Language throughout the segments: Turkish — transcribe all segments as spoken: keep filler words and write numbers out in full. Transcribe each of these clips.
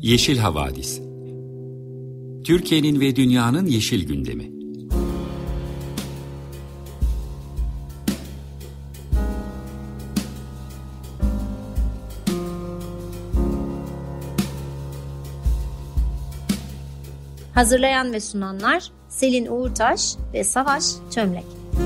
Yeşil Havadis. Türkiye'nin ve dünyanın yeşil gündemi. Hazırlayan ve sunanlar Selin Uğurtaş ve Savaş Çömlek.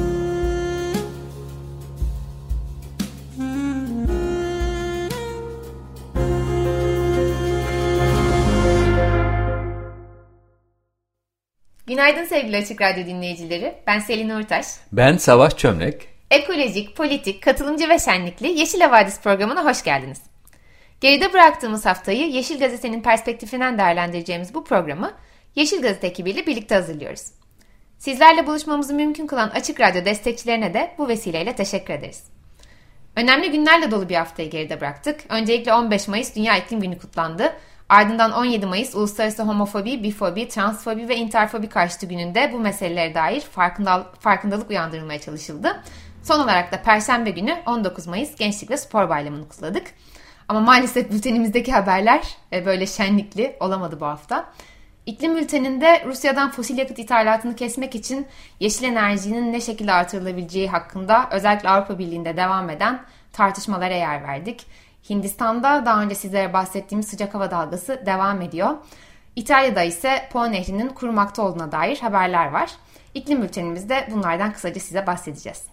Günaydın sevgili Açık Radyo dinleyicileri. Ben Selin Uğurtaş. Ben Savaş Çömlek. Ekolojik, politik, katılımcı ve şenlikli Yeşil Havadis programına hoş geldiniz. Geride bıraktığımız haftayı Yeşil Gazete'nin perspektifinden değerlendireceğimiz bu programı Yeşil Gazete ekibiyle birlikte hazırlıyoruz. Sizlerle buluşmamızı mümkün kılan Açık Radyo destekçilerine de bu vesileyle teşekkür ederiz. Önemli günlerle dolu bir haftayı geride bıraktık. Öncelikle on beş Mayıs Dünya İklim Günü kutlandı. Ardından on yedi Mayıs Uluslararası Homofobi, Bifobi, Transfobi ve İnterfobi Karşıtı Günü'nde bu meselelere dair farkındal- farkındalık uyandırılmaya çalışıldı. Son olarak da Perşembe günü on dokuz Mayıs Gençlik ve Spor Bayramı'nı kutladık. Ama maalesef bültenimizdeki haberler böyle şenlikli olamadı bu hafta. İklim bülteninde Rusya'dan fosil yakıt ithalatını kesmek için yeşil enerjinin ne şekilde artırılabileceği hakkında özellikle Avrupa Birliği'nde devam eden tartışmalara yer verdik. Hindistan'da daha önce sizlere bahsettiğimiz sıcak hava dalgası devam ediyor. İtalya'da ise Po Nehri'nin kurumakta olduğuna dair haberler var. İklim bültenimizde bunlardan kısaca size bahsedeceğiz.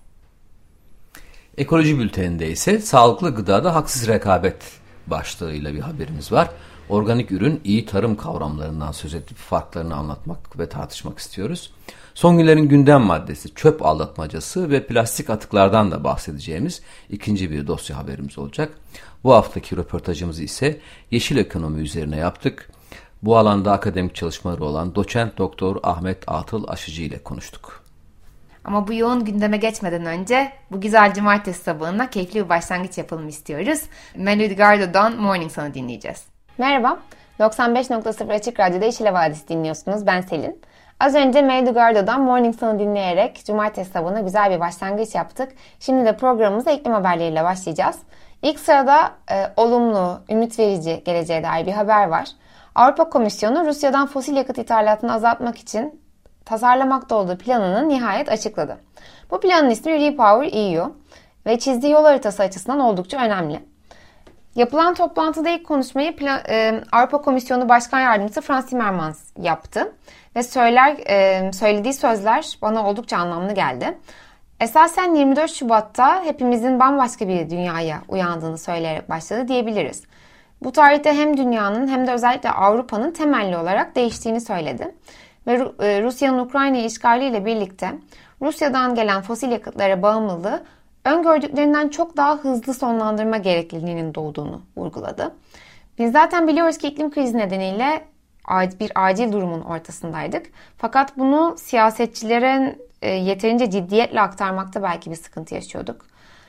Ekoloji bülteninde ise sağlıklı gıdada haksız rekabet başlığıyla bir haberimiz var. Organik ürün, iyi tarım kavramlarından söz edip farklarını anlatmak ve tartışmak istiyoruz. Son günlerin gündem maddesi çöp aldatmacası ve plastik atıklardan da bahsedeceğimiz ikinci bir dosya haberimiz olacak. Bu haftaki röportajımızı ise yeşil ekonomi üzerine yaptık. Bu alanda akademik çalışmaları olan doçent doktor Ahmet Atıl Aşıcı ile konuştuk. Ama bu yoğun gündeme geçmeden önce bu güzel cumartesi sabahına keyifli bir başlangıç yapalım istiyoruz. Melody Gardot'dan Morning Sun'ı dinleyeceğiz. Merhaba, doksan beş nokta sıfır Açık Radyo'da Yeşil Havadis dinliyorsunuz. Ben Selin. Az önce Melody Gardot'dan Morning Sun'ı dinleyerek cumartesi sabahına güzel bir başlangıç yaptık. Şimdi de programımıza iklim haberleriyle başlayacağız. İlk sırada e, olumlu, ümit verici geleceğe dair bir haber var. Avrupa Komisyonu Rusya'dan fosil yakıt ithalatını azaltmak için tasarlamakta olduğu planını nihayet açıkladı. Bu planın ismi Repower E U ve çizdiği yol haritası açısından oldukça önemli. Yapılan toplantıda ilk konuşmayı plan, e, Avrupa Komisyonu Başkan Yardımcısı Frans Timmermans yaptı ve söyler e, söylediği sözler bana oldukça anlamlı geldi. Esasen yirmi dört Şubat'ta hepimizin bambaşka bir dünyaya uyandığını söyleyerek başladı diyebiliriz. Bu tarihte hem dünyanın hem de özellikle Avrupa'nın temelli olarak değiştiğini söyledi. Ve Rusya'nın Ukrayna'yı işgaliyle birlikte Rusya'dan gelen fosil yakıtlara bağımlılığı öngördüklerinden çok daha hızlı sonlandırma gerekliliğinin doğduğunu vurguladı. Biz zaten biliyoruz ki iklim krizi nedeniyle bir acil durumun ortasındaydık. Fakat bunu siyasetçilerin yeterince ciddiyetle aktarmakta belki bir sıkıntı yaşıyorduk.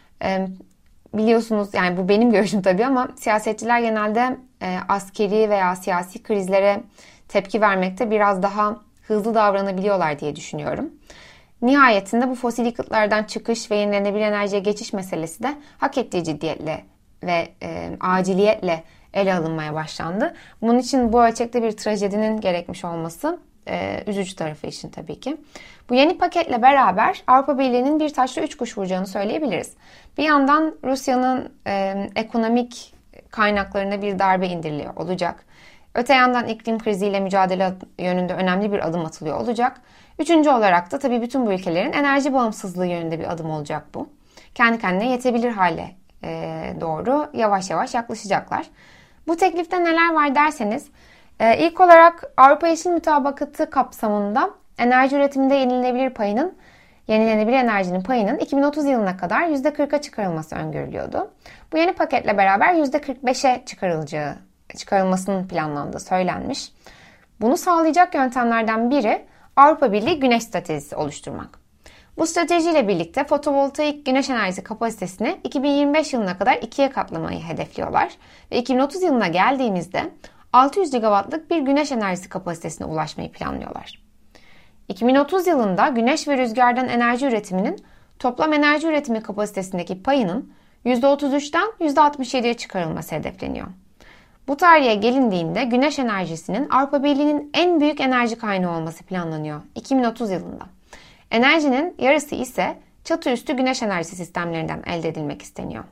Biliyorsunuz, yani bu benim görüşüm tabii, ama siyasetçiler genelde askeri veya siyasi krizlere tepki vermekte biraz daha hızlı davranabiliyorlar diye düşünüyorum. Nihayetinde bu fosil yakıtlardan çıkış ve yenilenebilir enerjiye geçiş meselesi de hak ettiği ciddiyetle ve e, aciliyetle ele alınmaya başlandı. Bunun için bu ölçekte bir trajedinin gerekmiş olması e, üzücü tarafı işin tabii ki. Bu yeni paketle beraber Avrupa Birliği'nin bir taşla üç kuş vuracağını söyleyebiliriz. Bir yandan Rusya'nın e, ekonomik kaynaklarına bir darbe indiriliyor olacak. Öte yandan iklim kriziyle mücadele yönünde önemli bir adım atılıyor olacak. Üçüncü olarak da tabii bütün bu ülkelerin enerji bağımsızlığı yönünde bir adım olacak bu. Kendi kendine yetebilir hale e, doğru yavaş yavaş yaklaşacaklar. Bu teklifte neler var derseniz, e, ilk olarak Avrupa Yeşil Mutabakatı kapsamında enerji üretiminde yenilenebilir payının, yenilenebilir enerjinin payının iki bin otuz yılına kadar yüzde kırka çıkarılması öngörülüyordu. Bu yeni paketle beraber yüzde kırk beşe çıkarılacağı, çıkarılmasının planlandığı söylenmiş. Bunu sağlayacak yöntemlerden biri Avrupa Birliği Güneş Stratejisi oluşturmak. Bu stratejiyle birlikte fotovoltaik güneş enerjisi kapasitesini iki bin yirmi beş yılına kadar ikiye katlamayı hedefliyorlar. Ve iki bin otuz yılına geldiğimizde altı yüz gigawattlık bir güneş enerjisi kapasitesine ulaşmayı planlıyorlar. iki bin otuz yılında güneş ve rüzgardan enerji üretiminin toplam enerji üretimi kapasitesindeki payının yüzde otuz üçten yüzde altmış yediye çıkarılması hedefleniyor. Bu tarihe gelindiğinde güneş enerjisinin Avrupa Birliği'nin en büyük enerji kaynağı olması planlanıyor iki bin otuz yılında. Enerjinin yarısı ise çatı üstü güneş enerjisi sistemlerinden elde edilmek isteniyor.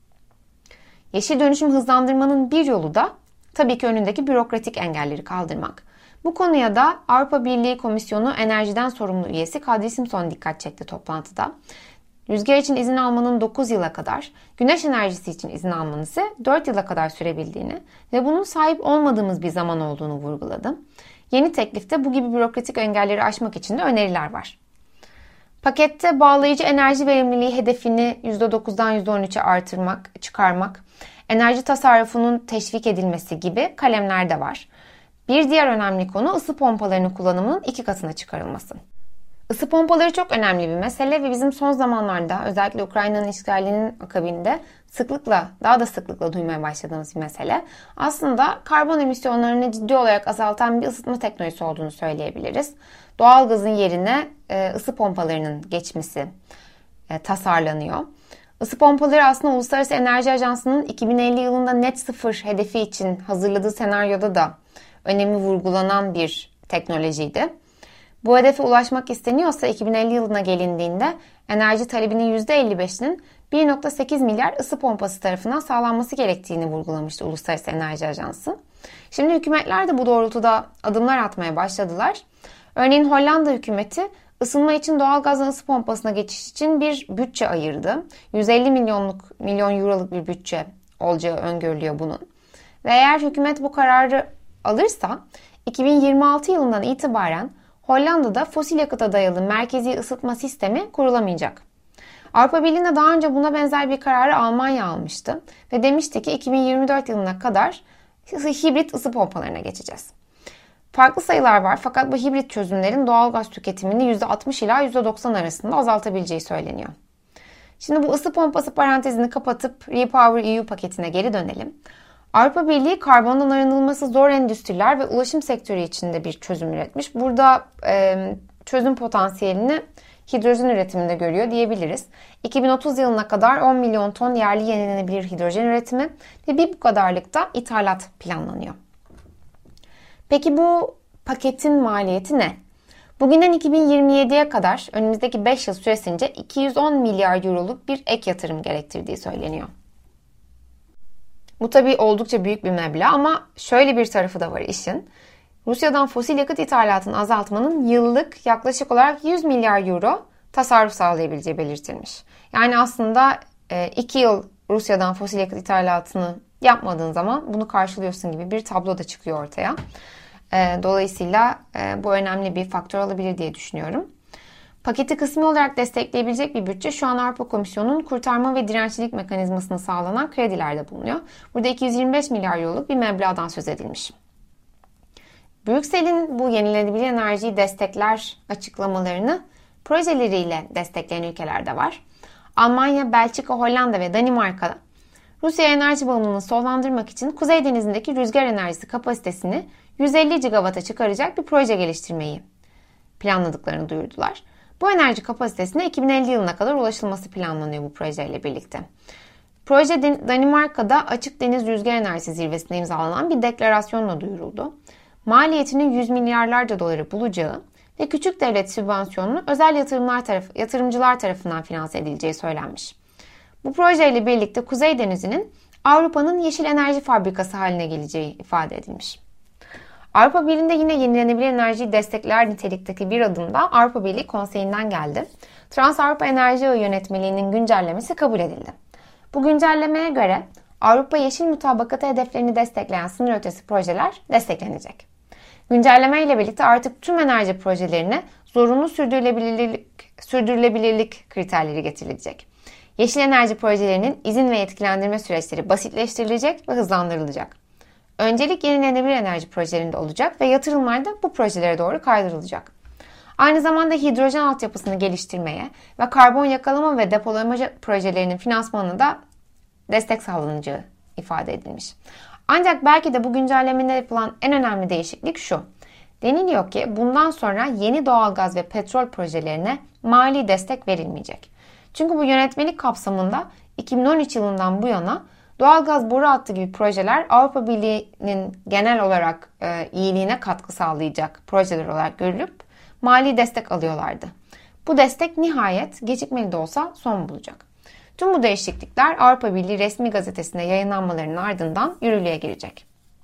Yeşil dönüşüm hızlandırmanın bir yolu da tabii ki önündeki bürokratik engelleri kaldırmak. Bu konuya da Avrupa Birliği Komisyonu Enerjiden Sorumlu üyesi Kadri Simpson dikkat çekti toplantıda. Rüzgar için izin almanın dokuz yıla kadar, güneş enerjisi için izin almanın ise dört yıla kadar sürebildiğini ve bunun sahip olmadığımız bir zaman olduğunu vurguladı. Yeni teklifte bu gibi bürokratik engelleri aşmak için de öneriler var. Pakette bağlayıcı enerji verimliliği hedefini yüzde dokuzdan yüzde on üçe artırmak, çıkarmak, enerji tasarrufunun teşvik edilmesi gibi kalemler de var. Bir diğer önemli konu ısı pompalarının kullanımının iki katına çıkarılması. Isı pompaları çok önemli bir mesele ve bizim son zamanlarda özellikle Ukrayna'nın işgalinin akabinde sıklıkla, daha da sıklıkla duymaya başladığımız bir mesele. Aslında karbon emisyonlarını ciddi olarak azaltan bir ısıtma teknolojisi olduğunu söyleyebiliriz. Doğalgazın yerine ısı pompalarının geçmesi tasarlanıyor. Isı pompaları aslında Uluslararası Enerji Ajansı'nın iki bin elli yılında net sıfır hedefi için hazırladığı senaryoda da önemi vurgulanan bir teknolojiydi. Bu hedefe ulaşmak isteniyorsa iki bin elli yılına gelindiğinde enerji talebinin yüzde elli beşinin bir virgül sekiz milyar ısı pompası tarafından sağlanması gerektiğini vurgulamıştı Uluslararası Enerji Ajansı. Şimdi hükümetler de bu doğrultuda adımlar atmaya başladılar. Örneğin Hollanda hükümeti ısınma için doğalgazdan ısı pompasına geçiş için bir bütçe ayırdı. yüz elli milyonluk milyon euroluk bir bütçe olacağı öngörülüyor bunun. Ve eğer hükümet bu kararı alırsa iki bin yirmi altı yılından itibaren Hollanda'da fosil yakıta dayalı merkezi ısıtma sistemi kurulamayacak. Avrupa Birliği'nde daha önce buna benzer bir kararı Almanya almıştı ve demişti ki iki bin yirmi dört yılına kadar hibrit ısı pompalarına geçeceğiz. Farklı sayılar var fakat bu hibrit çözümlerin doğalgaz tüketimini yüzde altmış ila yüzde doksan arasında azaltabileceği söyleniyor. Şimdi bu ısı pompası parantezini kapatıp REPower E U paketine geri dönelim. Avrupa Birliği karbondan arınılması zor endüstriler ve ulaşım sektörü içinde bir çözüm üretmiş. Burada e, çözüm potansiyelini hidrojen üretiminde görüyor diyebiliriz. iki bin otuz yılına kadar on milyon ton yerli yenilenebilir hidrojen üretimi ve bir bu kadarlık da ithalat planlanıyor. Peki bu paketin maliyeti ne? Bugünden iki bin yirmi yediye kadar önümüzdeki beş yıl süresince iki yüz on milyar euroluk bir ek yatırım gerektirdiği söyleniyor. Bu tabii oldukça büyük bir meblağ ama şöyle bir tarafı da var işin. Rusya'dan fosil yakıt ithalatını azaltmanın yıllık yaklaşık olarak yüz milyar euro tasarruf sağlayabileceği belirtilmiş. Yani aslında iki yıl Rusya'dan fosil yakıt ithalatını yapmadığın zaman bunu karşılıyorsun gibi bir tablo da çıkıyor ortaya. Dolayısıyla bu önemli bir faktör olabilir diye düşünüyorum. Paketi kısmi olarak destekleyebilecek bir bütçe şu an Avrupa Komisyonu'nun kurtarma ve dirençlilik mekanizmasına sağlanan kredilerde bulunuyor. Burada iki yüz yirmi beş milyar euroluk bir meblağdan söz edilmiş. Brüksel'in bu yenilenebilir enerjiyi destekler açıklamalarını projeleriyle destekleyen ülkeler de var. Almanya, Belçika, Hollanda ve Danimarka Rusya enerji bağımlılığını sonlandırmak için Kuzey Denizi'ndeki rüzgar enerjisi kapasitesini yüz elli gigawatt'a çıkaracak bir proje geliştirmeyi planladıklarını duyurdular. Bu enerji kapasitesine iki bin elli yılına kadar ulaşılması planlanıyor bu projeyle birlikte. Proje Danimarka'da Açık Deniz Rüzgar Enerjisi Zirvesi'nde imzalanan bir deklarasyonla duyuruldu. Maliyetinin yüz milyarlarca doları bulacağı ve küçük devlet sübvansiyonlu özel yatırımlar tarafı, yatırımcılar tarafından finanse edileceği söylenmiş. Bu projeyle birlikte Kuzey Denizi'nin Avrupa'nın yeşil enerji fabrikası haline geleceği ifade edilmiş. Avrupa Birliği'nde yine yenilenebilir enerjiyi destekler nitelikteki bir adım da Avrupa Birliği Konseyi'nden geldi. Trans-Avrupa Enerji Ağı Yönetmeliği'nin güncellemesi kabul edildi. Bu güncellemeye göre Avrupa Yeşil Mutabakatı hedeflerini destekleyen sınır ötesi projeler desteklenecek. Güncelleme ile birlikte artık tüm enerji projelerine zorunlu sürdürülebilirlik, sürdürülebilirlik kriterleri getirilecek. Yeşil enerji projelerinin izin ve yetkilendirme süreçleri basitleştirilecek ve hızlandırılacak. Öncelik yenilenebilir enerji projelerinde olacak ve yatırımlar da bu projelere doğru kaydırılacak. Aynı zamanda hidrojen altyapısını geliştirmeye ve karbon yakalama ve depolama projelerinin finansmanına da destek sağlanacağı ifade edilmiş. Ancak belki de bu güncellemede yapılan en önemli değişiklik şu. Deniliyor ki bundan sonra yeni doğalgaz ve petrol projelerine mali destek verilmeyecek. Çünkü bu yönetmelik kapsamında iki bin on üç yılından bu yana Doğalgaz boru hattı gibi projeler Avrupa Birliği'nin genel olarak e, iyiliğine katkı sağlayacak projeler olarak görülüp mali destek alıyorlardı. Bu destek nihayet gecikmeli de olsa son bulacak. Tüm bu değişiklikler Avrupa Birliği resmi gazetesinde yayınlanmalarının ardından yürürlüğe girecek.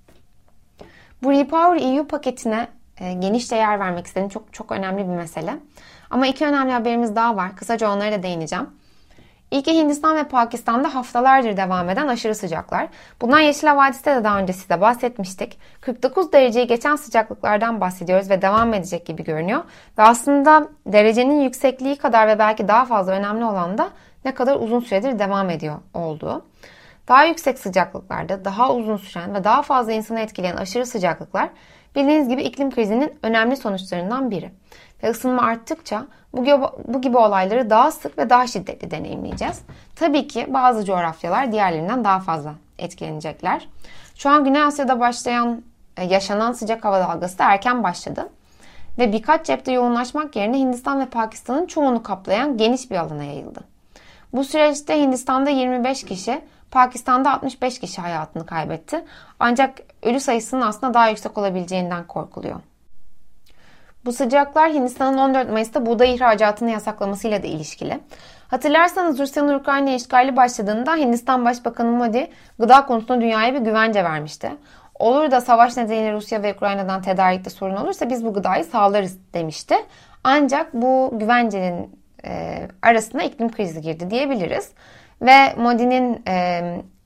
Bu REPower E U paketine e, genişçe yer vermek istedim. Çok çok önemli bir mesele. Ama iki önemli haberimiz daha var. Kısaca onlara da değineceğim. İlki Hindistan ve Pakistan'da haftalardır devam eden aşırı sıcaklar. Bundan Yeşil Havadis'te de daha önce size bahsetmiştik. kırk dokuz dereceyi geçen sıcaklıklardan bahsediyoruz ve devam edecek gibi görünüyor. Ve aslında derecenin yüksekliği kadar ve belki daha fazla önemli olan da ne kadar uzun süredir devam ediyor olduğu. Daha yüksek sıcaklıklarda daha uzun süren ve daha fazla insanı etkileyen aşırı sıcaklıklar bildiğiniz gibi iklim krizinin önemli sonuçlarından biri. Ve ısınma arttıkça bu gibi, bu gibi olayları daha sık ve daha şiddetli deneyimleyeceğiz. Tabii ki bazı coğrafyalar diğerlerinden daha fazla etkilenecekler. Şu an Güney Asya'da başlayan, yaşanan sıcak hava dalgası da erken başladı. Ve birkaç cepte yoğunlaşmak yerine Hindistan ve Pakistan'ın çoğunu kaplayan geniş bir alana yayıldı. Bu süreçte Hindistan'da yirmi beş kişi, Pakistan'da altmış beş kişi hayatını kaybetti. Ancak ölü sayısının aslında daha yüksek olabileceğinden korkuluyor. Bu sıcaklar Hindistan'ın on dört Mayıs'ta buğday ihracatını yasaklamasıyla da ilişkili. Hatırlarsanız Rusya'nın Ukrayna işgali başladığında Hindistan Başbakanı Modi gıda konusunda dünyaya bir güvence vermişti. Olur da savaş nedeniyle Rusya ve Ukrayna'dan tedarikte sorun olursa biz bu gıdayı sağlarız demişti. Ancak bu güvencenin e, arasına iklim krizi girdi diyebiliriz. Ve Modi'nin e,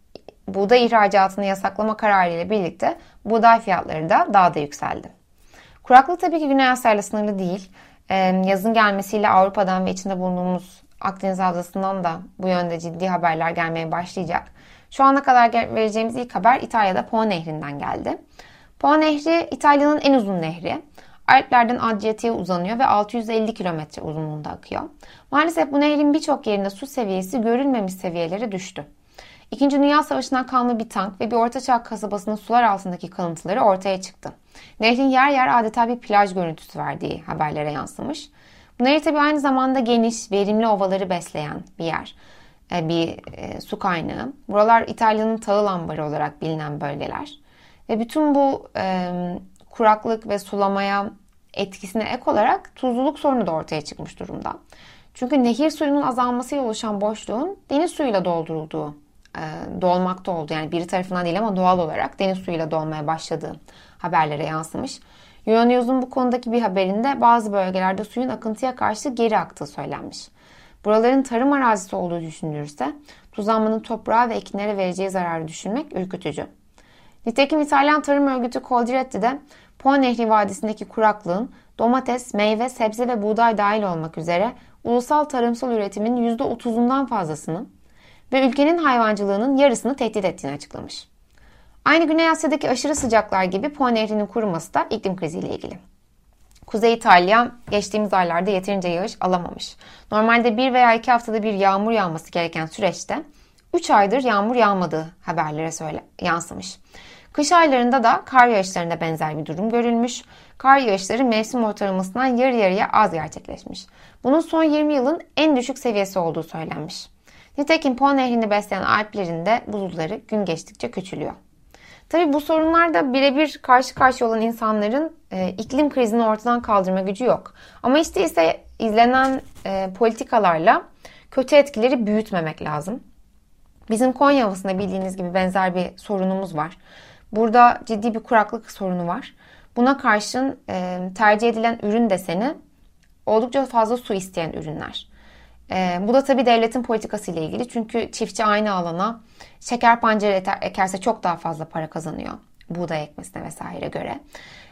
buğday ihracatını yasaklama kararı ile birlikte buğday fiyatları da daha da yükseldi. Kuraklık tabii ki Güney Asya ile sınırlı değil. Ee, yazın gelmesiyle Avrupa'dan ve içinde bulunduğumuz Akdeniz Havzası'ndan da bu yönde ciddi haberler gelmeye başlayacak. Şu ana kadar vereceğimiz ilk haber İtalya'da Po Nehri'nden geldi. Po Nehri İtalya'nın en uzun nehri. Alplerden Adriyatik'e uzanıyor ve altı yüz elli kilometre uzunluğunda akıyor. Maalesef bu nehrin birçok yerinde su seviyesi görülmemiş seviyelere düştü. İkinci Dünya Savaşı'ndan kalma bir tank ve bir ortaçağ kasabasının sular altındaki kalıntıları ortaya çıktı. Nehrin yer yer adeta bir plaj görüntüsü verdiği haberlere yansımış. Bu nehir tabii aynı zamanda geniş, verimli ovaları besleyen bir yer, bir su kaynağı. Buralar İtalya'nın tahıl ambarı olarak bilinen bölgeler. Ve bütün bu e, kuraklık ve sulamaya etkisine ek olarak tuzluluk sorunu da ortaya çıkmış durumda. Çünkü nehir suyunun azalmasıyla oluşan boşluğun deniz suyuyla doldurulduğu dolmakta oldu. Yani biri tarafından değil ama doğal olarak deniz suyuyla dolmaya başladığı haberlere yansımış. Euronews'un bu konudaki bir haberinde bazı bölgelerde suyun akıntıya karşı geri aktığı söylenmiş. Buraların tarım arazisi olduğu düşünülürse tuzlanmanın toprağa ve ekinlere vereceği zararı düşünmek ürkütücü. Nitekim İtalyan Tarım Örgütü Coldiretti'de Po Nehri Vadisi'ndeki kuraklığın domates, meyve, sebze ve buğday dahil olmak üzere ulusal tarımsal üretimin yüzde otuzundan fazlasını ve ülkenin hayvancılığının yarısını tehdit ettiğini açıklamış. Aynı Güney Asya'daki aşırı sıcaklar gibi Po Nehri'nin kuruması da iklim kriziyle ilgili. Kuzey İtalya geçtiğimiz aylarda yeterince yağış alamamış. Normalde bir veya iki haftada bir yağmur yağması gereken süreçte üç aydır yağmur yağmadığı haberlere söyle, yansımış. Kış aylarında da kar yağışlarında benzer bir durum görülmüş. Kar yağışları mevsim ortalamasından yarı yarıya az gerçekleşmiş. Bunun son yirmi yılın en düşük seviyesi olduğu söylenmiş. Nitekim Po Nehri'ni besleyen Alplerin de buzulları gün geçtikçe küçülüyor. Tabii bu sorunlar birebir karşı karşıya olan insanların e, iklim krizini ortadan kaldırma gücü yok. Ama işte ise izlenen e, politikalarla kötü etkileri büyütmemek lazım. Bizim Konya Ovası'nda bildiğiniz gibi benzer bir sorunumuz var. Burada ciddi bir kuraklık sorunu var. Buna karşın e, tercih edilen ürün deseni oldukça fazla su isteyen ürünler. E, bu da tabii devletin politikası ile ilgili. Çünkü çiftçi aynı alana şeker pancarı ekerse çok daha fazla para kazanıyor. Buğday ekmesine vesaire göre.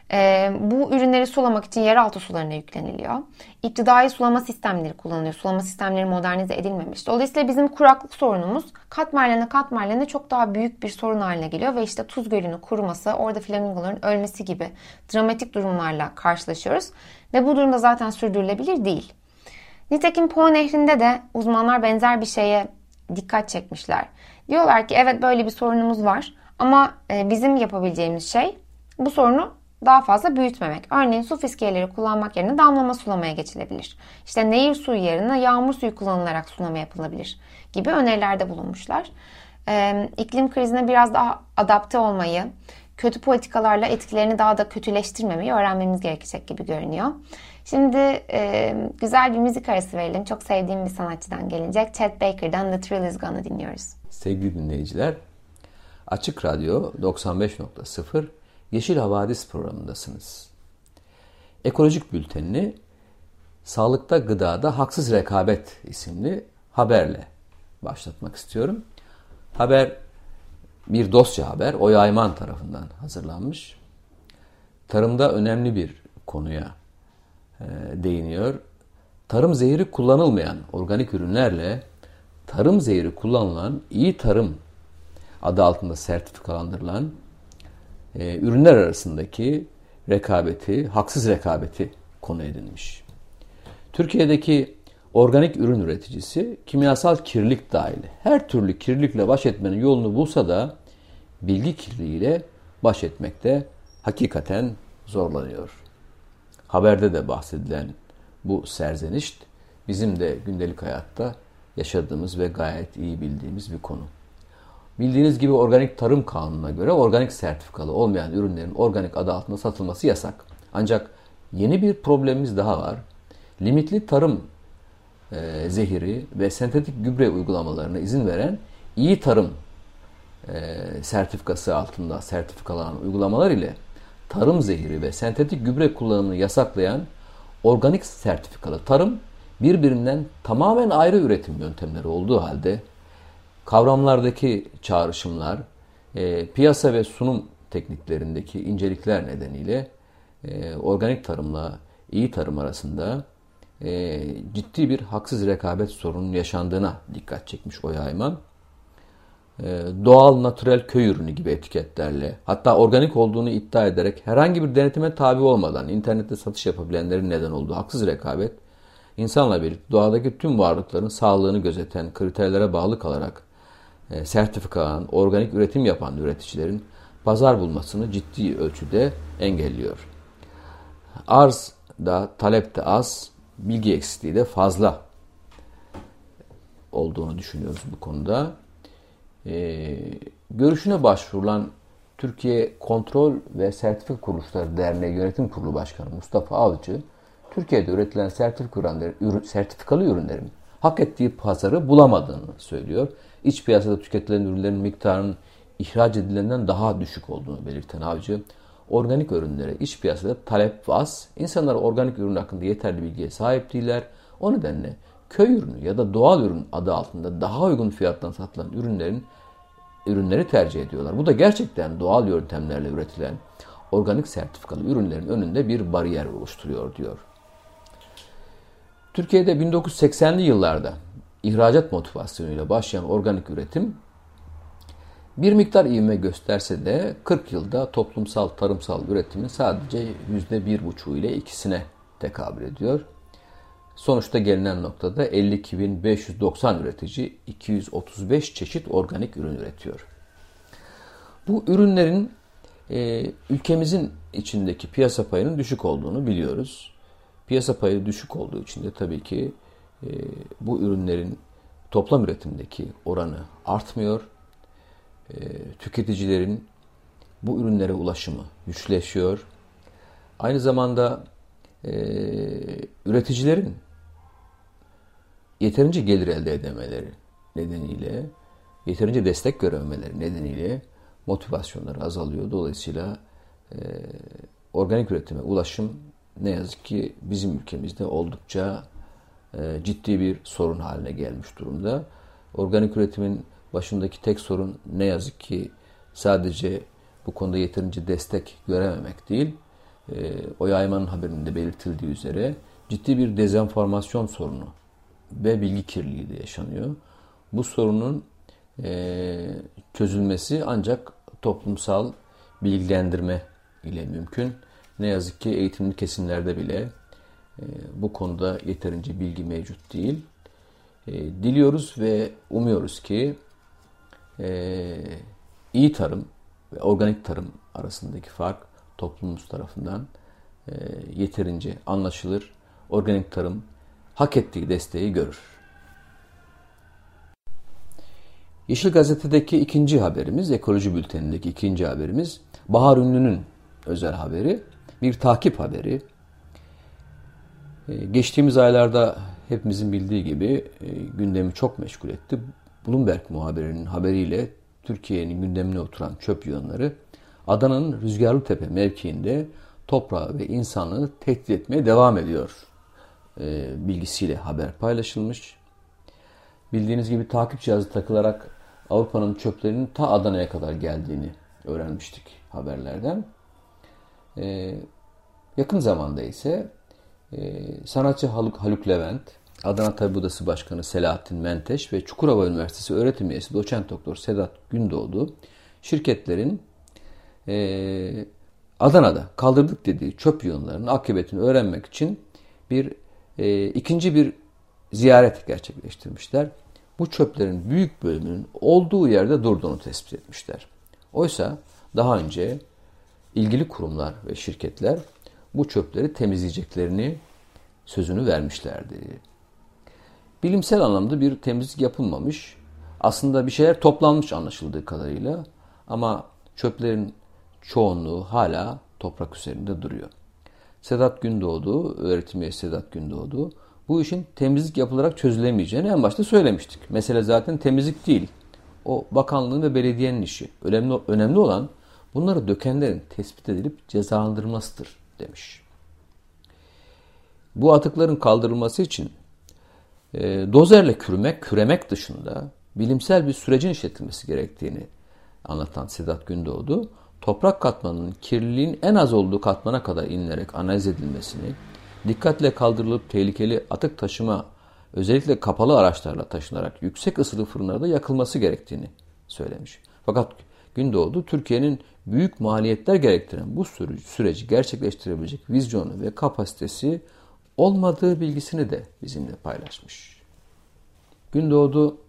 E, bu ürünleri sulamak için yeraltı sularına yükleniliyor. İptidai sulama sistemleri kullanılıyor. Sulama sistemleri modernize edilmemiş. Dolayısıyla bizim kuraklık sorunumuz katmerlerine katmerlerine çok daha büyük bir sorun haline geliyor. Ve işte Tuz Gölü'nün kuruması, orada flamingoların ölmesi gibi dramatik durumlarla karşılaşıyoruz. Ve bu durumda zaten sürdürülebilir değil. Nitekim Po Nehri'nde de uzmanlar benzer bir şeye dikkat çekmişler. Diyorlar ki evet böyle bir sorunumuz var ama bizim yapabileceğimiz şey bu sorunu daha fazla büyütmemek. Örneğin su fiskeleri kullanmak yerine damlama sulamaya geçilebilir. İşte nehir suyu yerine yağmur suyu kullanılarak sulama yapılabilir gibi önerilerde bulunmuşlar. e, iklim krizine biraz daha adapte olmayı, kötü politikalarla etkilerini daha da kötüleştirmemeyi öğrenmemiz gerekecek gibi görünüyor. Şimdi e, güzel bir müzik arası verelim. Çok sevdiğim bir sanatçıdan gelecek. Chet Baker'dan The Thrill Is Gone'ı dinliyoruz. Sevgili dinleyiciler, Açık Radyo doksan beş nokta sıfır Yeşil Havadis programındasınız. Ekolojik bültenini Sağlıkta Gıdada Haksız Rekabet isimli haberle başlatmak istiyorum. Haber bir dosya haber, Oya Ayman tarafından hazırlanmış. Tarımda önemli bir konuya e, değiniyor. Tarım zehri kullanılmayan organik ürünlerle tarım zehri kullanılan iyi tarım adı altında sertifikalandırılan e, ürünler arasındaki rekabeti, haksız rekabeti konu edinmiş. Türkiye'deki organik ürün üreticisi kimyasal kirlilik dahil her türlü kirlilikle baş etmenin yolunu bulsa da bilgi kirliliğiyle baş etmekte hakikaten zorlanıyor. Haberde de bahsedilen bu serzeniş bizim de gündelik hayatta yaşadığımız ve gayet iyi bildiğimiz bir konu. Bildiğiniz gibi organik tarım kanununa göre organik sertifikalı olmayan ürünlerin organik adı altında satılması yasak. Ancak yeni bir problemimiz daha var. Limitli tarım e, zehiri ve sentetik gübre uygulamalarına izin veren iyi tarım e, sertifikası altında sertifikalan uygulamalar ile tarım zehiri ve sentetik gübre kullanımını yasaklayan organik sertifikalı tarım birbirinden tamamen ayrı üretim yöntemleri olduğu halde kavramlardaki çağrışımlar, e, piyasa ve sunum tekniklerindeki incelikler nedeniyle e, organik tarımla iyi tarım arasında e, ciddi bir haksız rekabet sorunun yaşandığına dikkat çekmiş Oya Ayman. E, doğal, natürel köy ürünü gibi etiketlerle, hatta organik olduğunu iddia ederek herhangi bir denetime tabi olmadan internette satış yapabilenlerin neden olduğu haksız rekabet, insanla birlikte doğadaki tüm varlıkların sağlığını gözeten kriterlere bağlı kalarak e, sertifikalan, organik üretim yapan üreticilerin pazar bulmasını ciddi ölçüde engelliyor. Arz da, talep de az, bilgi eksikliği de fazla olduğunu düşünüyoruz bu konuda. Ee, görüşüne başvurulan Türkiye Kontrol ve Sertifika Kuruluşları Derneği Yönetim Kurulu Başkanı Mustafa Avcı, Türkiye'de üretilen sertifikalı ürünlerin hak ettiği pazarı bulamadığını söylüyor. İç piyasada tüketilen ürünlerin miktarının ihraç edilenden daha düşük olduğunu belirten Avcı, organik ürünlere iç piyasada talep az, insanlar organik ürün hakkında yeterli bilgiye sahip değiller. O nedenle köy ürünü ya da doğal ürün adı altında daha uygun fiyattan satılan ürünlerin ürünleri tercih ediyorlar. Bu da gerçekten doğal yöntemlerle üretilen organik sertifikalı ürünlerin önünde bir bariyer oluşturuyor diyor. Türkiye'de bin dokuz yüz seksenli yıllarda ihracat motivasyonuyla başlayan organik üretim bir miktar ivme gösterse de kırk yılda toplumsal tarımsal üretimin sadece yüzde bir buçuğu ile ikisine tekabül ediyor. Sonuçta gelinen noktada elli iki bin beş yüz doksan üretici iki yüz otuz beş çeşit organik ürün üretiyor. Bu ürünlerin e, ülkemizin içindeki piyasa payının düşük olduğunu biliyoruz. Piyasa payı düşük olduğu için de tabii ki e, bu ürünlerin toplam üretimdeki oranı artmıyor. E, tüketicilerin bu ürünlere ulaşımı güçleşiyor. Aynı zamanda e, üreticilerin yeterince gelir elde edemeleri nedeniyle, yeterince destek görememeleri nedeniyle motivasyonları azalıyor. Dolayısıyla e, organik üretime ulaşım ne yazık ki bizim ülkemizde oldukça e, ciddi bir sorun haline gelmiş durumda. Organik üretimin başındaki tek sorun ne yazık ki sadece bu konuda yeterince destek görememek değil. E, Oya Ayman'ın haberinde belirtildiği üzere ciddi bir dezenformasyon sorunu ve bilgi kirliliği de yaşanıyor. Bu sorunun e, çözülmesi ancak toplumsal bilgilendirme ile mümkün. Ne yazık ki eğitimli kesimlerde bile e, bu konuda yeterince bilgi mevcut değil. E, diliyoruz ve umuyoruz ki e, iyi tarım ve organik tarım arasındaki fark toplumumuz tarafından e, yeterince anlaşılır. Organik tarım hak ettiği desteği görür. Yeşil Gazete'deki ikinci haberimiz, Ekoloji Bülteni'ndeki ikinci haberimiz Bahar Ünlü'nün özel haberi. Bir takip haberi. Geçtiğimiz aylarda hepimizin bildiği gibi gündemi çok meşgul etti. Bloomberg muhabirinin haberiyle Türkiye'nin gündemine oturan çöp yığınları Adana'nın Rüzgarlıtepe mevkiinde toprağı ve insanlığı tehdit etmeye devam ediyor bilgisiyle haber paylaşılmış. Bildiğiniz gibi takip cihazı takılarak Avrupa'nın çöplerinin ta Adana'ya kadar geldiğini öğrenmiştik haberlerden. Ee, yakın zamanda ise e, sanatçı Haluk, Haluk Levent, Adana Tabip Odası Başkanı Selahattin Menteş ve Çukurova Üniversitesi öğretim üyesi doçent doktor Sedat Gündoğdu şirketlerin e, Adana'da kaldırdık dediği çöp yığınlarının akıbetini öğrenmek için bir e, ikinci bir ziyaret gerçekleştirmişler. Bu çöplerin büyük bölümünün olduğu yerde durduğunu tespit etmişler. Oysa daha önce ilgili kurumlar ve şirketler bu çöpleri temizleyeceklerini sözünü vermişlerdi. Bilimsel anlamda bir temizlik yapılmamış. Aslında bir şeyler toplanmış anlaşıldığı kadarıyla ama çöplerin çoğunluğu hala toprak üzerinde duruyor. Sedat Gündoğdu, öğretim üyesi Sedat Gündoğdu, bu işin temizlik yapılarak çözülemeyeceğini en başta söylemiştik. Mesele zaten temizlik değil. O bakanlığın ve belediyenin işi. Önemli, önemli olan bunları dökenlerin tespit edilip cezalandırılmasıdır demiş. Bu atıkların kaldırılması için e, dozerle kürmek, küremek dışında bilimsel bir sürecin işletilmesi gerektiğini anlatan Sedat Gündoğdu, toprak katmanının kirliliğin en az olduğu katmana kadar inilerek analiz edilmesini, dikkatle kaldırılıp tehlikeli atık taşıma, özellikle kapalı araçlarla taşınarak yüksek ısılı fırınlarda yakılması gerektiğini söylemiş. Fakat Gündoğdu, Türkiye'nin büyük maliyetler gerektiren bu süreci gerçekleştirebilecek vizyonu ve kapasitesi olmadığı bilgisini de bizimle paylaşmış. Gündoğdu,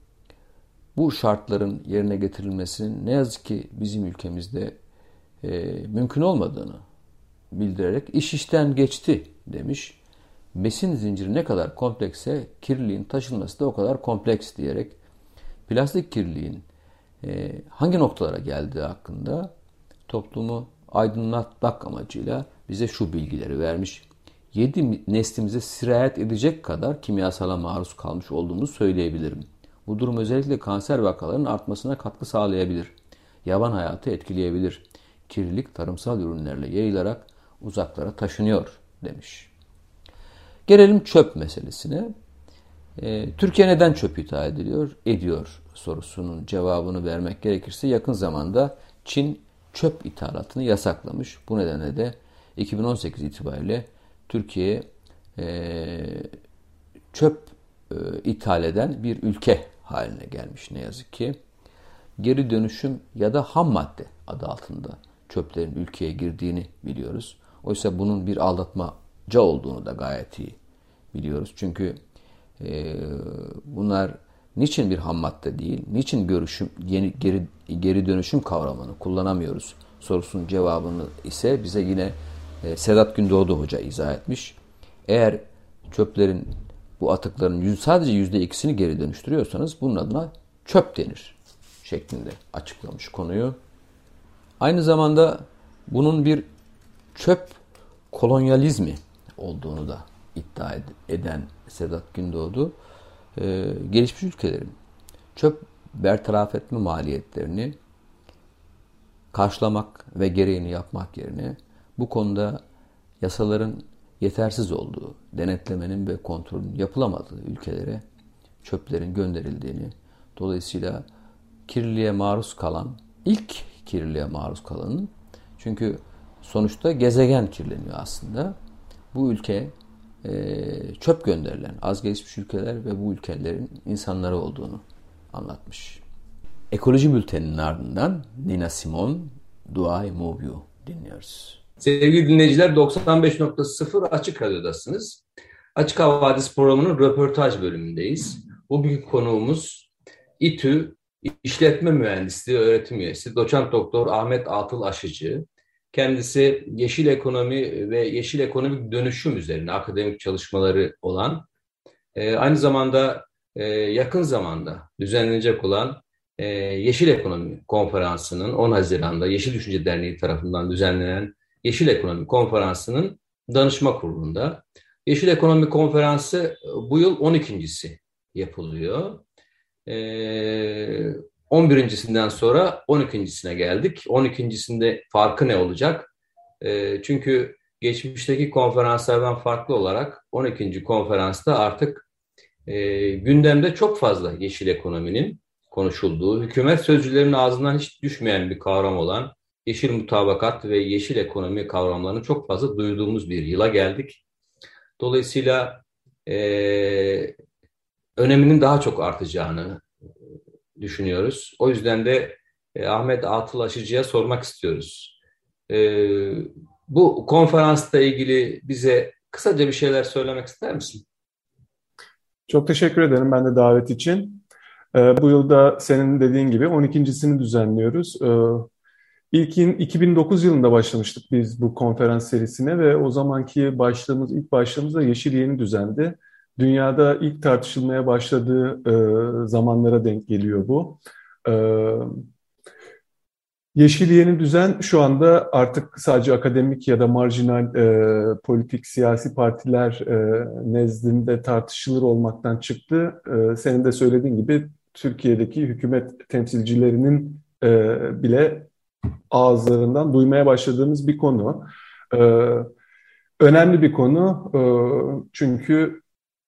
bu şartların yerine getirilmesinin ne yazık ki bizim ülkemizde e, mümkün olmadığını bildirerek iş işten geçti demiş. Besin zinciri ne kadar komplekse kirliliğin taşınması da o kadar kompleks diyerek plastik kirliliğin e, hangi noktalara geldiği hakkında toplumu aydınlatmak amacıyla bize şu bilgileri vermiş. Yedi neslimize sirayet edecek kadar kimyasala maruz kalmış olduğumuzu söyleyebilirim. Bu durum özellikle kanser vakalarının artmasına katkı sağlayabilir. Yaban hayatı etkileyebilir. Kirlilik tarımsal ürünlerle yayılarak uzaklara taşınıyor demiş. Gelelim çöp meselesine. Ee, Türkiye neden çöp ithal ediliyor? Ediyor sorusunun cevabını vermek gerekirse yakın zamanda Çin çöp ithalatını yasaklamış. Bu nedenle de iki bin on sekiz itibariyle Türkiye e, çöp e, ithal eden bir ülke haline gelmiş ne yazık ki. Geri dönüşüm ya da ham madde adı altında çöplerin ülkeye girdiğini biliyoruz. Oysa bunun bir aldatmaca olduğunu da gayet iyi biliyoruz. Çünkü e, bunlar niçin bir ham madde değil, niçin görüşüm, yeni, geri, geri dönüşüm kavramını kullanamıyoruz sorusunun cevabını ise bize yine e, Sedat Gündoğdu Hoca izah etmiş. Eğer çöplerin, bu atıkların yüz, sadece yüzde ikisini geri dönüştürüyorsanız bunun adına çöp denir şeklinde açıklamış konuyu. Aynı zamanda bunun bir çöp kolonyalizmi olduğunu da iddia eden Sedat Gündoğdu, e, gelişmiş ülkelerin çöp bertaraf etme maliyetlerini karşılamak ve gereğini yapmak yerine bu konuda yasaların yetersiz olduğu, denetlemenin ve kontrolün yapılamadığı ülkelere çöplerin gönderildiğini, dolayısıyla kirliliğe maruz kalan, ilk kirliliğe maruz kalanın, çünkü sonuçta gezegen kirleniyor aslında. Bu ülke e, çöp gönderilen az gelişmiş ülkeler ve bu ülkelerin insanları olduğunu anlatmış. Ekoloji Bülteni'nin ardından Nina Simone, Do I Move You dinliyoruz. Sevgili dinleyiciler, doksan beş nokta sıfır Açık Radyo'dasınız. Açık Hava Vadisi programının röportaj bölümündeyiz. Bugünkü konuğumuz İTÜ İşletme Mühendisliği öğretim üyesi Doçent Doktor Ahmet Atıl Aşıcı. Kendisi yeşil ekonomi ve yeşil ekonomik dönüşüm üzerine akademik çalışmaları olan, e, aynı zamanda e, yakın zamanda düzenlenecek olan e, Yeşil Ekonomi Konferansı'nın on Haziran'da Yeşil Düşünce Derneği tarafından düzenlenen Yeşil Ekonomi Konferansı'nın danışma kurulunda. Yeşil Ekonomi Konferansı bu yıl on ikincisi yapılıyor. E, on birincisinden sonra on ikincisine geldik. on ikincisinde farkı ne olacak? E, çünkü geçmişteki konferanslardan farklı olarak on ikinci konferansta artık e, gündemde çok fazla yeşil ekonominin konuşulduğu, hükümet sözcülerinin ağzından hiç düşmeyen bir kavram olan yeşil mutabakat ve yeşil ekonomi kavramlarını çok fazla duyduğumuz bir yıla geldik. Dolayısıyla e, öneminin daha çok artacağını düşünüyoruz. O yüzden de e, Ahmet Atıl Aşıcı'ya sormak istiyoruz. E, bu konferansla ilgili bize kısaca bir şeyler söylemek ister misin? Çok teşekkür ederim ben de davet için. Ee, bu yılda senin dediğin gibi on ikincisini düzenliyoruz. Ee, İlkin iki bin dokuz yılında başlamıştık biz bu konferans serisine ve o zamanki başlığımız, ilk başlığımızda Yeşil Yeni Düzen'di. Dünyada ilk tartışılmaya başladığı e, zamanlara denk geliyor bu. E, Yeşil Yeni Düzen şu anda artık sadece akademik ya da marjinal e, politik siyasi partiler e, nezdinde tartışılır olmaktan çıktı. E, senin de söylediğin gibi Türkiye'deki hükümet temsilcilerinin e, bile ağızlarından duymaya başladığımız bir konu. Ee, önemli bir konu ee, çünkü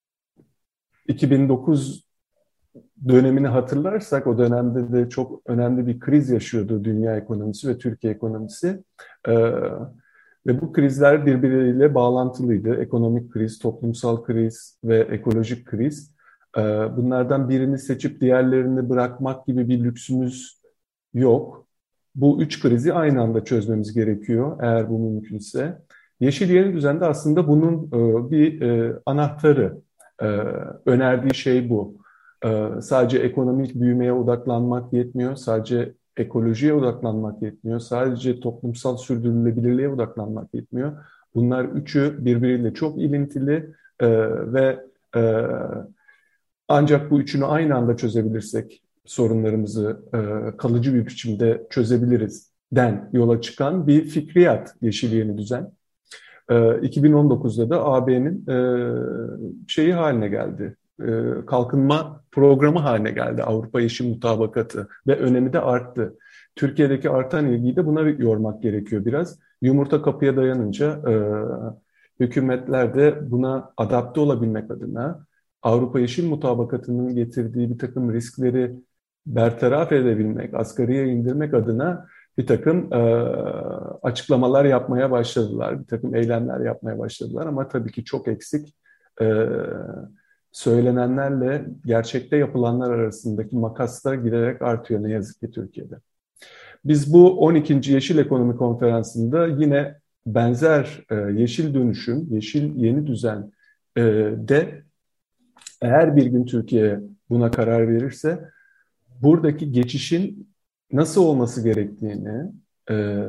iki bin dokuz dönemini hatırlarsak o dönemde de çok önemli bir kriz yaşıyordu dünya ekonomisi ve Türkiye ekonomisi. Ee, ve bu krizler birbiriyle bağlantılıydı. Ekonomik kriz, toplumsal kriz ve ekolojik kriz. Ee, bunlardan birini seçip diğerlerini bırakmak gibi bir lüksümüz yok. Bu üç krizi aynı anda çözmemiz gerekiyor eğer bu mümkünse. Yeşil Yeni Düzen'de aslında bunun e, bir e, anahtarı, e, önerdiği şey bu. E, sadece ekonomik büyümeye odaklanmak yetmiyor, sadece ekolojiye odaklanmak yetmiyor, sadece toplumsal sürdürülebilirliğe odaklanmak yetmiyor. Bunlar üçü birbiriyle çok ilintili e, ve e, ancak bu üçünü aynı anda çözebilirsek sorunlarımızı e, kalıcı bir biçimde çözebiliriz den yola çıkan bir fikriyat Yeşil Yeni Düzen. E, iki bin on dokuzda da A B'nin e, şeyi haline geldi, e, kalkınma programı haline geldi Avrupa Yeşil Mutabakatı ve önemi de arttı. Türkiye'deki artan ilgiyi de buna yormak gerekiyor biraz. Yumurta kapıya dayanınca e, hükümetler de buna adapte olabilmek adına Avrupa Yeşil Mutabakatı'nın getirdiği bir takım riskleri bertaraf edebilmek, asgariye indirmek adına bir takım e, açıklamalar yapmaya başladılar, bir takım eylemler yapmaya başladılar ama tabii ki çok eksik. E, söylenenlerle gerçekte yapılanlar arasındaki makaslar giderek artıyor ne yazık ki Türkiye'de. Biz bu on ikinci Yeşil Ekonomi Konferansı'nda yine benzer e, yeşil dönüşüm, yeşil yeni düzen e, de eğer bir gün Türkiye buna karar verirse buradaki geçişin nasıl olması gerektiğini, e,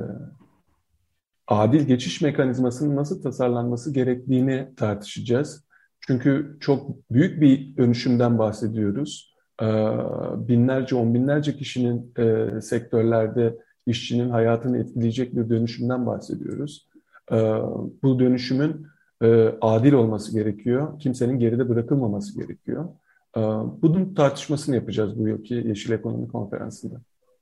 adil geçiş mekanizmasının nasıl tasarlanması gerektiğini tartışacağız. Çünkü çok büyük bir dönüşümden bahsediyoruz. E, binlerce, on binlerce kişinin e, sektörlerde işçinin hayatını etkileyecek bir dönüşümden bahsediyoruz. E, bu dönüşümün e, adil olması gerekiyor. Kimsenin geride bırakılmaması gerekiyor. E, bunun tartışmasını yapacağız bu yılki Yeşil Ekonomi Konferansı'nda.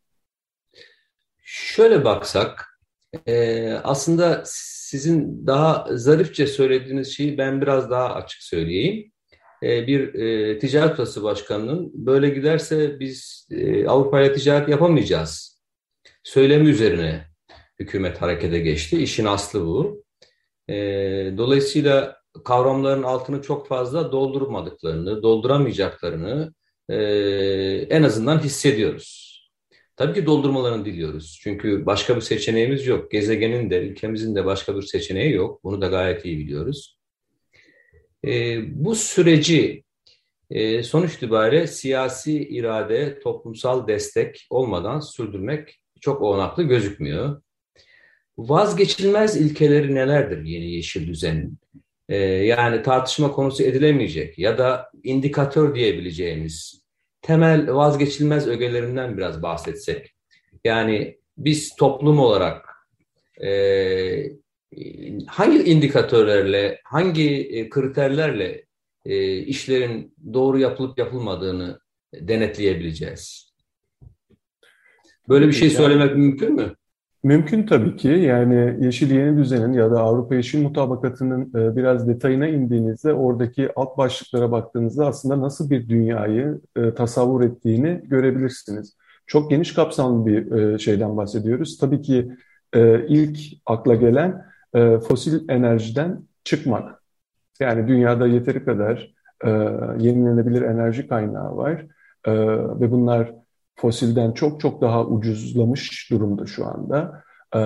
Şöyle baksak, e, aslında sizin daha zarifçe söylediğiniz şeyi ben biraz daha açık söyleyeyim. E, bir e, ticaret odası başkanının böyle giderse biz e, Avrupa ile ticaret yapamayacağız söylemi üzerine hükümet harekete geçti. İşin aslı bu. E, dolayısıyla kavramların altını çok fazla doldurmadıklarını, dolduramayacaklarını e, en azından hissediyoruz. Tabii ki doldurmalarını diliyoruz. Çünkü başka bir seçeneğimiz yok. Gezegenin de, ülkemizin de başka bir seçeneği yok. Bunu da gayet iyi biliyoruz. E, bu süreci e, sonuç itibariyle siyasi irade, toplumsal destek olmadan sürdürmek çok olanaklı gözükmüyor. Vazgeçilmez ilkeleri nelerdir yeni yeşil düzenin? Ee, yani tartışma konusu edilemeyecek ya da indikatör diyebileceğimiz temel vazgeçilmez ögelerinden biraz bahsetsek. Yani biz toplum olarak e, hangi indikatörlerle, hangi kriterlerle e, işlerin doğru yapılıp yapılmadığını denetleyebileceğiz? Böyle bir şey söylemek mümkün mü? Mümkün tabii ki. Yani Yeşil Yeni Düzen'in ya da Avrupa Yeşil Mutabakatı'nın e, biraz detayına indiğinizde oradaki alt başlıklara baktığınızda aslında nasıl bir dünyayı e, tasavvur ettiğini görebilirsiniz. Çok geniş kapsamlı bir e, şeyden bahsediyoruz. Tabii ki e, ilk akla gelen e, fosil enerjiden çıkmak. Yani dünyada yeteri kadar e, yenilenebilir enerji kaynağı var e, ve bunlar fosilden çok çok daha ucuzlamış durumda şu anda. E,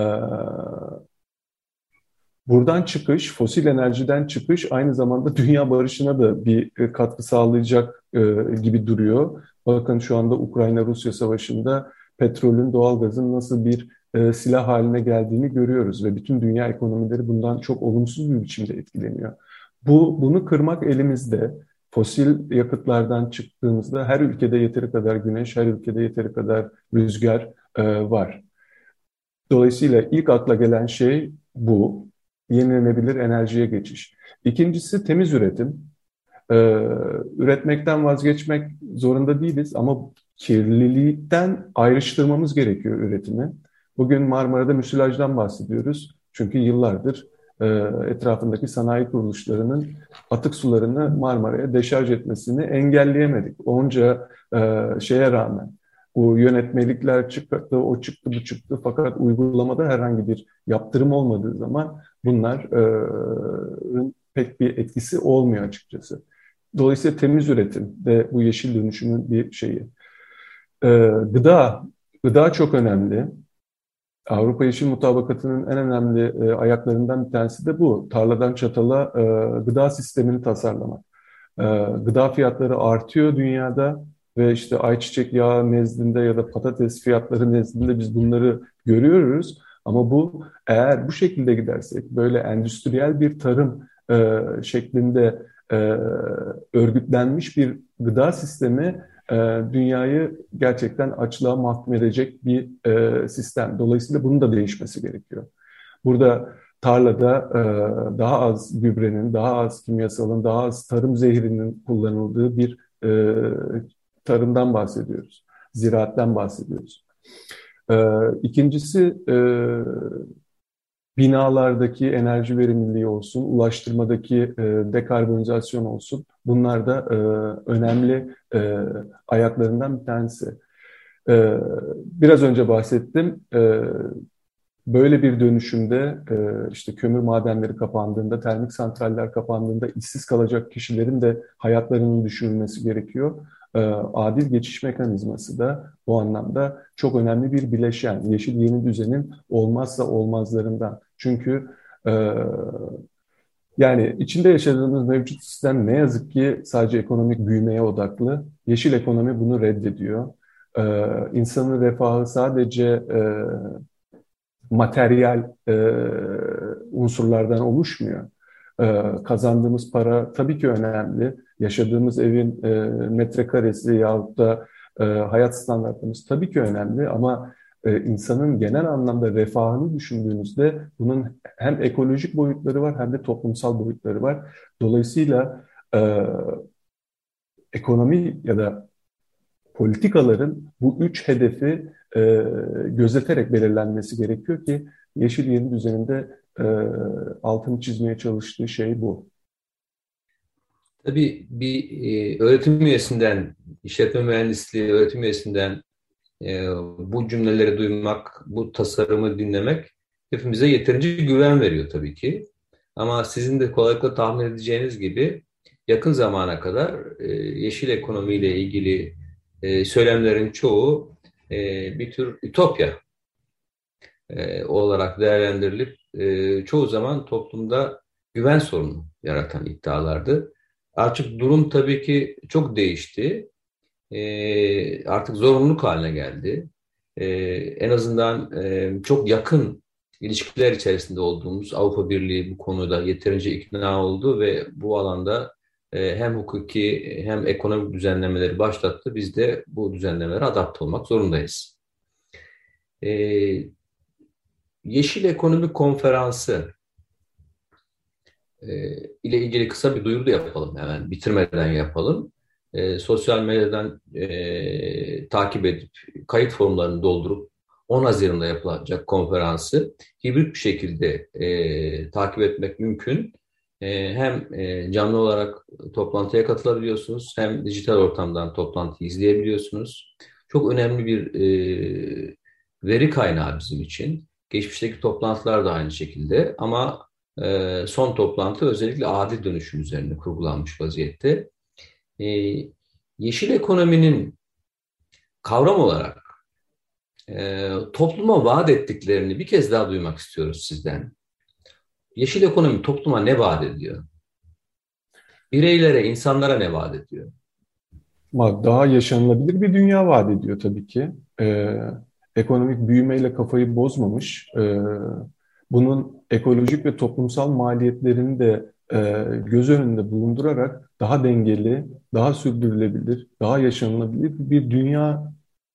buradan çıkış, fosil enerjiden çıkış aynı zamanda dünya barışına da bir katkı sağlayacak e, gibi duruyor. Bakın şu anda Ukrayna-Rusya savaşında petrolün, doğalgazın nasıl bir e, silah haline geldiğini görüyoruz ve bütün dünya ekonomileri bundan çok olumsuz bir biçimde etkileniyor. Bu, bunu kırmak elimizde. Fosil yakıtlardan çıktığımızda her ülkede yeteri kadar güneş, her ülkede yeteri kadar rüzgar e, var. Dolayısıyla ilk akla gelen şey bu. Yenilenebilir enerjiye geçiş. İkincisi temiz üretim. Ee, üretmekten vazgeçmek zorunda değiliz ama kirlilikten ayrıştırmamız gerekiyor üretimi. Bugün Marmara'da müsilajdan bahsediyoruz. Çünkü yıllardır e, etrafındaki sanayi kuruluşlarının atık sularını Marmara'ya deşarj etmesini engelleyemedik. Onca e, şeye rağmen. Bu yönetmelikler çıktı, o çıktı, bu çıktı. Fakat uygulamada herhangi bir yaptırım olmadığı zaman bunların pek bir etkisi olmuyor açıkçası. Dolayısıyla temiz üretim de bu yeşil dönüşümün bir şeyi. Ee, gıda, gıda çok önemli. Avrupa Yeşil Mutabakatı'nın en önemli e, ayaklarından bir tanesi de bu. Tarladan çatala e, gıda sistemini tasarlamak. E, gıda fiyatları artıyor dünyada ve işte ayçiçek yağı nezdinde ya da patates fiyatları nezdinde biz bunları görüyoruz. Ama bu eğer bu şekilde gidersek böyle endüstriyel bir tarım e, şeklinde e, örgütlenmiş bir gıda sistemi e, dünyayı gerçekten açlığa mahkum edecek bir e, sistem. Dolayısıyla bunun da değişmesi gerekiyor. Burada tarlada e, daha az gübrenin, daha az kimyasalın, daha az tarım zehrinin kullanıldığı bir e, tarımdan bahsediyoruz. Ziraatten bahsediyoruz. E, ikincisi e, binalardaki enerji verimliliği olsun, ulaştırmadaki e, dekarbonizasyon olsun. Bunlar da e, önemli e, ayaklarından bir tanesi. E, biraz önce bahsettim. E, böyle bir dönüşümde e, işte kömür madenleri kapandığında, termik santraller kapandığında işsiz kalacak kişilerin de hayatlarının düşürülmesi gerekiyor. E, adil geçiş mekanizması da bu anlamda çok önemli bir bileşen. Yeşil Yeni Düzen'in olmazsa olmazlarından. Çünkü e, yani içinde yaşadığımız mevcut sistem ne yazık ki sadece ekonomik büyümeye odaklı. Yeşil ekonomi bunu reddediyor. E, insanın refahı sadece e, materyal e, unsurlardan oluşmuyor. E, kazandığımız para tabii ki önemli. Yaşadığımız evin e, metrekaresi yahut da e, hayat standartımız tabii ki önemli ama e, insanın genel anlamda refahını düşündüğünüzde bunun hem ekolojik boyutları var hem de toplumsal boyutları var. Dolayısıyla e, ekonomi ya da politikaların bu üç hedefi e, gözeterek belirlenmesi gerekiyor ki Yeşil Yeni Düzeninde e, altını çizmeye çalıştığı şey bu. Tabii bir e, öğretim üyesinden, işletme mühendisliği öğretim üyesinden e, bu cümleleri duymak, bu tasarımı dinlemek hepimize yeterince güven veriyor tabii ki. Ama sizin de kolaylıkla tahmin edeceğiniz gibi yakın zamana kadar e, yeşil ekonomiyle ilgili e, söylemlerin çoğu e, bir tür ütopya e, olarak değerlendirilip e, çoğu zaman toplumda güven sorunu yaratan iddialardı. Artık durum tabii ki çok değişti. E, artık zorunluluk haline geldi. E, en azından e, çok yakın ilişkiler içerisinde olduğumuz Avrupa Birliği bu konuda yeterince ikna oldu ve bu alanda hem hukuki hem ekonomik düzenlemeleri başlattı. Biz de bu düzenlemelere adapte olmak zorundayız. Yeşil Ekonomi Konferansı ile ilgili kısa bir duyuru da yapalım, hemen bitirmeden yapalım. Sosyal medyadan takip edip kayıt formlarını doldurup on Haziran'da yapılacak konferansı hibrit bir şekilde takip etmek mümkün. Hem canlı olarak toplantıya katılabiliyorsunuz, hem dijital ortamdan toplantıyı izleyebiliyorsunuz. Çok önemli bir e, veri kaynağı bizim için. Geçmişteki toplantılar da aynı şekilde, ama e, son toplantı özellikle adil dönüşüm üzerine kurgulanmış vaziyette. E, yeşil ekonominin kavram olarak e, topluma vaat ettiklerini bir kez daha duymak istiyoruz sizden. Yeşil ekonomi topluma ne vaat ediyor? Bireylere, insanlara ne vaat ediyor? Daha yaşanılabilir bir dünya vaat ediyor tabii ki. Ee, ekonomik büyümeyle kafayı bozmamış, e, bunun ekolojik ve toplumsal maliyetlerini de e, göz önünde bulundurarak daha dengeli, daha sürdürülebilir, daha yaşanılabilir bir dünya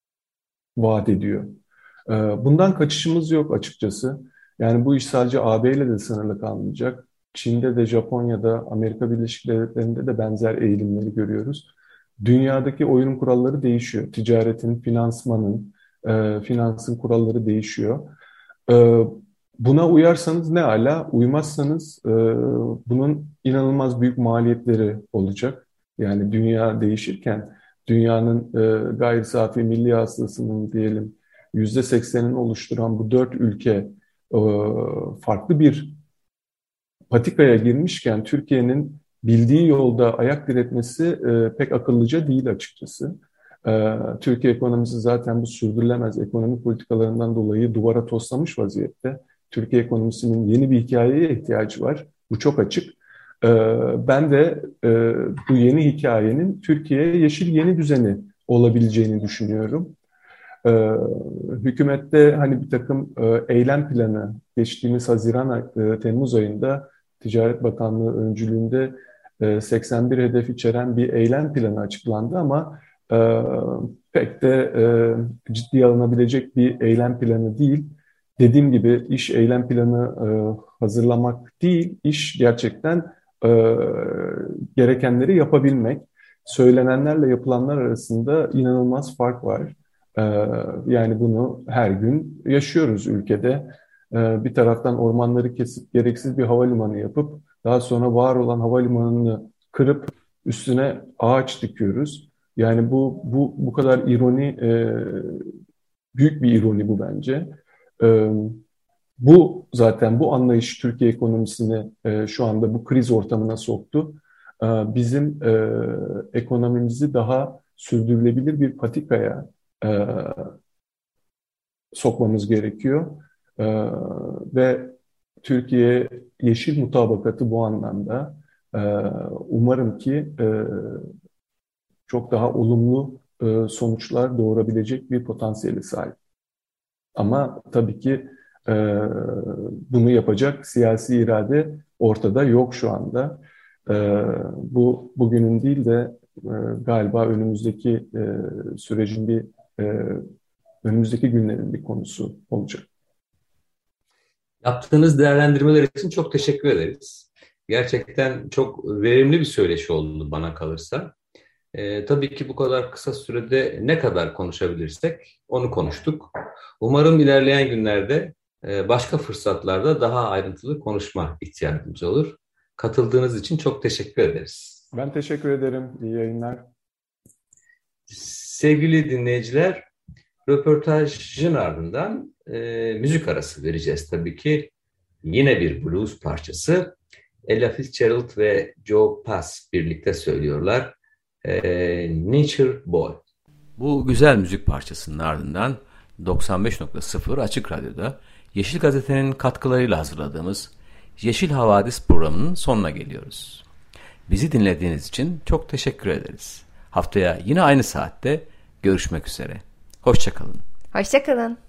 vaat ediyor. E, bundan kaçışımız yok açıkçası. Yani bu iş sadece A B ile de sınırlı kalmayacak. Çin'de de, Japonya'da, Amerika Birleşik Devletleri'nde de benzer eğilimleri görüyoruz. Dünyadaki oyun kuralları değişiyor. Ticaretin, finansmanın, e, finansın kuralları değişiyor. E, buna uyarsanız ne ala, uymazsanız e, bunun inanılmaz büyük maliyetleri olacak. Yani dünya değişirken dünyanın e, gayri safi milli hasılasının diyelim yüzde seksenini oluşturan bu dört ülke e, farklı bir patikaya girmişken Türkiye'nin bildiği yolda ayak diretmesi e, pek akıllıca değil açıkçası. E, Türkiye ekonomisi zaten bu sürdürülemez ekonomi politikalarından dolayı duvara toslamış vaziyette. Türkiye ekonomisinin yeni bir hikayeye ihtiyacı var. Bu çok açık. E, ben de e, bu yeni hikayenin Türkiye'ye yeşil yeni düzeni olabileceğini düşünüyorum. Ee, hükümette hani bir takım e, eylem planı geçtiğimiz Haziran, e, Temmuz ayında Ticaret Bakanlığı öncülüğünde e, seksen bir hedef içeren bir eylem planı açıklandı, ama e, pek de e, ciddiye alınabilecek bir eylem planı değil. Dediğim gibi iş eylem planı e, hazırlamak değil, iş gerçekten e, gerekenleri yapabilmek. Söylenenlerle yapılanlar arasında inanılmaz fark var. Yani bunu her gün yaşıyoruz ülkede. Bir taraftan ormanları kesip gereksiz bir havalimanı yapıp daha sonra var olan havalimanını kırıp üstüne ağaç dikiyoruz. Yani bu bu bu kadar ironi, büyük bir ironi bu bence. Bu zaten bu anlayış Türkiye ekonomisini şu anda bu kriz ortamına soktu. Bizim ekonomimizi daha sürdürülebilir bir patikaya E, sokmamız gerekiyor. E, ve Türkiye Yeşil Mutabakatı bu anlamda e, umarım ki e, çok daha olumlu e, sonuçlar doğurabilecek bir potansiyele sahip. Ama tabii ki e, bunu yapacak siyasi irade ortada yok şu anda. E, bu bugünün değil de e, galiba önümüzdeki e, sürecin bir e, önümüzdeki günlerin bir konusu olacak. Yaptığınız değerlendirmeler için çok teşekkür ederiz. Gerçekten çok verimli bir söyleşi oldu bana kalırsa. Ee, tabii ki bu kadar kısa sürede ne kadar konuşabilirsek onu konuştuk. Umarım ilerleyen günlerde e, başka fırsatlarda daha ayrıntılı konuşma ihtiyacımız olur. Katıldığınız için çok teşekkür ederiz. Ben teşekkür ederim. İyi yayınlar. Sevgili dinleyiciler, röportajın ardından e, müzik arası vereceğiz tabii ki. Yine bir blues parçası. Ella Fitzgerald ve Joe Pass birlikte söylüyorlar. E, Nature Boy. Bu güzel müzik parçasının ardından doksan beş nokta sıfır Açık Radyo'da Yeşil Gazete'nin katkılarıyla hazırladığımız Yeşil Havadis programının sonuna geliyoruz. Bizi dinlediğiniz için çok teşekkür ederiz. Haftaya yine aynı saatte görüşmek üzere. Hoşça kalın. Hoşça kalın.